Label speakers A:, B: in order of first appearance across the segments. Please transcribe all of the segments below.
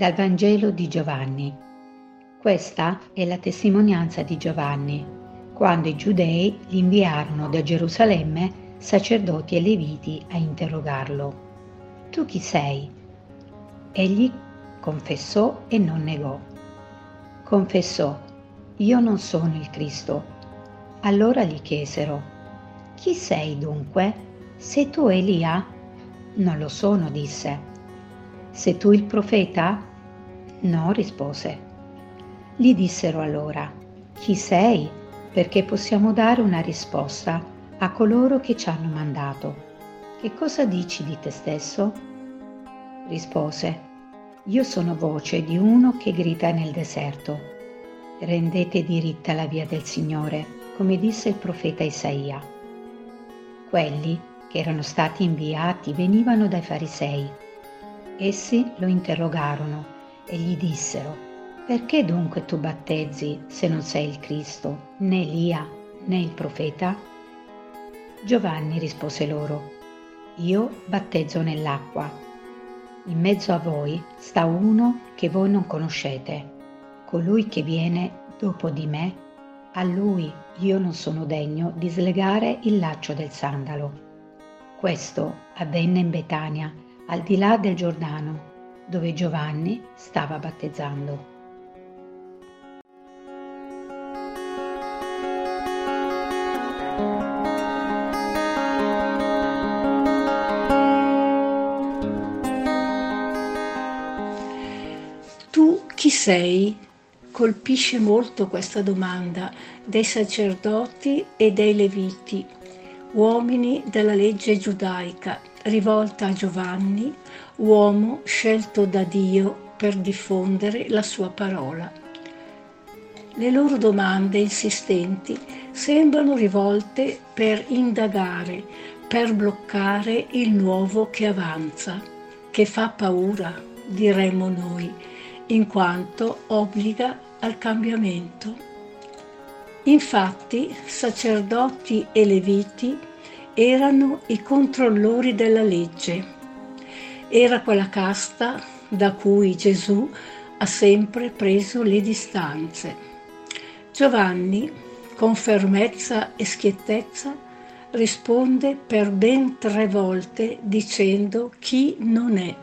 A: Dal Vangelo di Giovanni. Questa è la testimonianza di Giovanni, quando i giudei gli inviarono da Gerusalemme sacerdoti e leviti a interrogarlo. Tu chi sei? Egli confessò e non negò. Confessò: io non sono il Cristo. Allora gli chiesero: chi sei dunque? Sei tu Elia? Non lo sono, disse. Sei tu il profeta? No, rispose. Gli dissero allora: chi sei? Perché possiamo dare una risposta a coloro che ci hanno mandato. Che cosa dici di te stesso? Rispose: io sono voce di uno che grida nel deserto. Rendete diritta la via del Signore, come disse il profeta Isaia. Quelli che erano stati inviati venivano dai farisei. Essi lo interrogarono e gli dissero: perché dunque tu battezzi se non sei il Cristo, né Elia, né il profeta? Giovanni rispose loro: io battezzo nell'acqua. In mezzo a voi sta uno che voi non conoscete, colui che viene dopo di me. A lui io non sono degno di slegare il laccio del sandalo. Questo avvenne in Betania, al di là del Giordano, dove Giovanni stava battezzando.
B: Tu chi sei? Colpisce molto questa domanda dei sacerdoti e dei leviti, uomini della legge giudaica, rivolta a Giovanni, uomo scelto da Dio per diffondere la sua parola. Le loro domande insistenti sembrano rivolte per indagare, per bloccare il nuovo che avanza, che fa paura, diremmo noi, in quanto obbliga al cambiamento. Infatti, sacerdoti e leviti erano i controllori della legge. Era quella casta da cui Gesù ha sempre preso le distanze. Giovanni, con fermezza e schiettezza, risponde per ben 3 volte dicendo chi non è.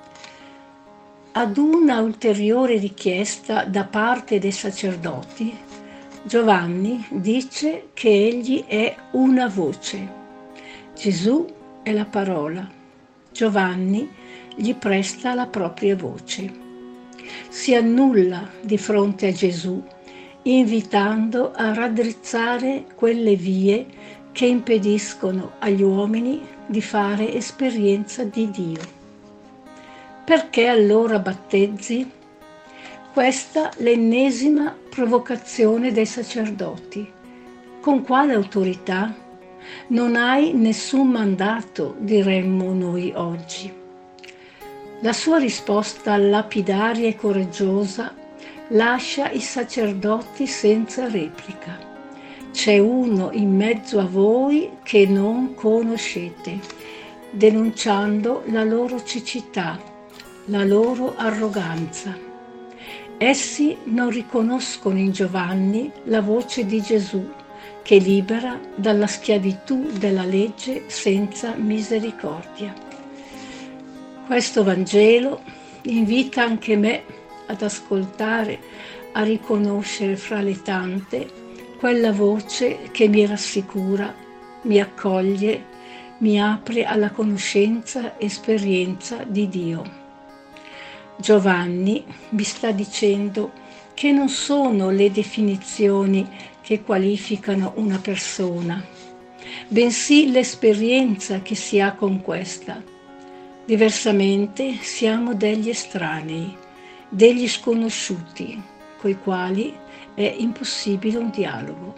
B: Ad una ulteriore richiesta da parte dei sacerdoti, Giovanni dice che egli è una voce. Gesù è la parola. Giovanni gli presta la propria voce. Si annulla di fronte a Gesù, invitando a raddrizzare quelle vie che impediscono agli uomini di fare esperienza di Dio. Perché allora battezzi? Questa l'ennesima provocazione dei sacerdoti. Con quale autorità? Non hai nessun mandato, diremmo noi oggi. La sua risposta lapidaria e coraggiosa lascia i sacerdoti senza replica. C'è uno in mezzo a voi che non conoscete, denunciando la loro cecità, la loro arroganza. Essi non riconoscono in Giovanni la voce di Gesù che libera dalla schiavitù della legge senza misericordia. Questo Vangelo invita anche me ad ascoltare, a riconoscere fra le tante quella voce che mi rassicura, mi accoglie, mi apre alla conoscenza e esperienza di Dio. Giovanni mi sta dicendo che non sono le definizioni che qualificano una persona, bensì l'esperienza che si ha con questa. Diversamente siamo degli estranei, degli sconosciuti, coi quali è impossibile un dialogo.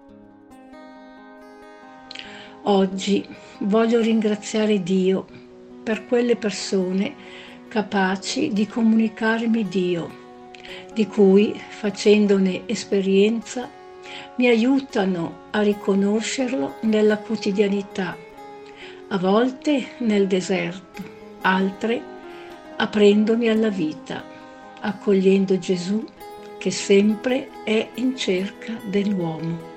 B: Oggi voglio ringraziare Dio per quelle persone capaci di comunicarmi Dio, di cui, facendone esperienza, mi aiutano a riconoscerlo nella quotidianità, a volte nel deserto, altre aprendomi alla vita. accogliendo Gesù che sempre è in cerca dell'uomo.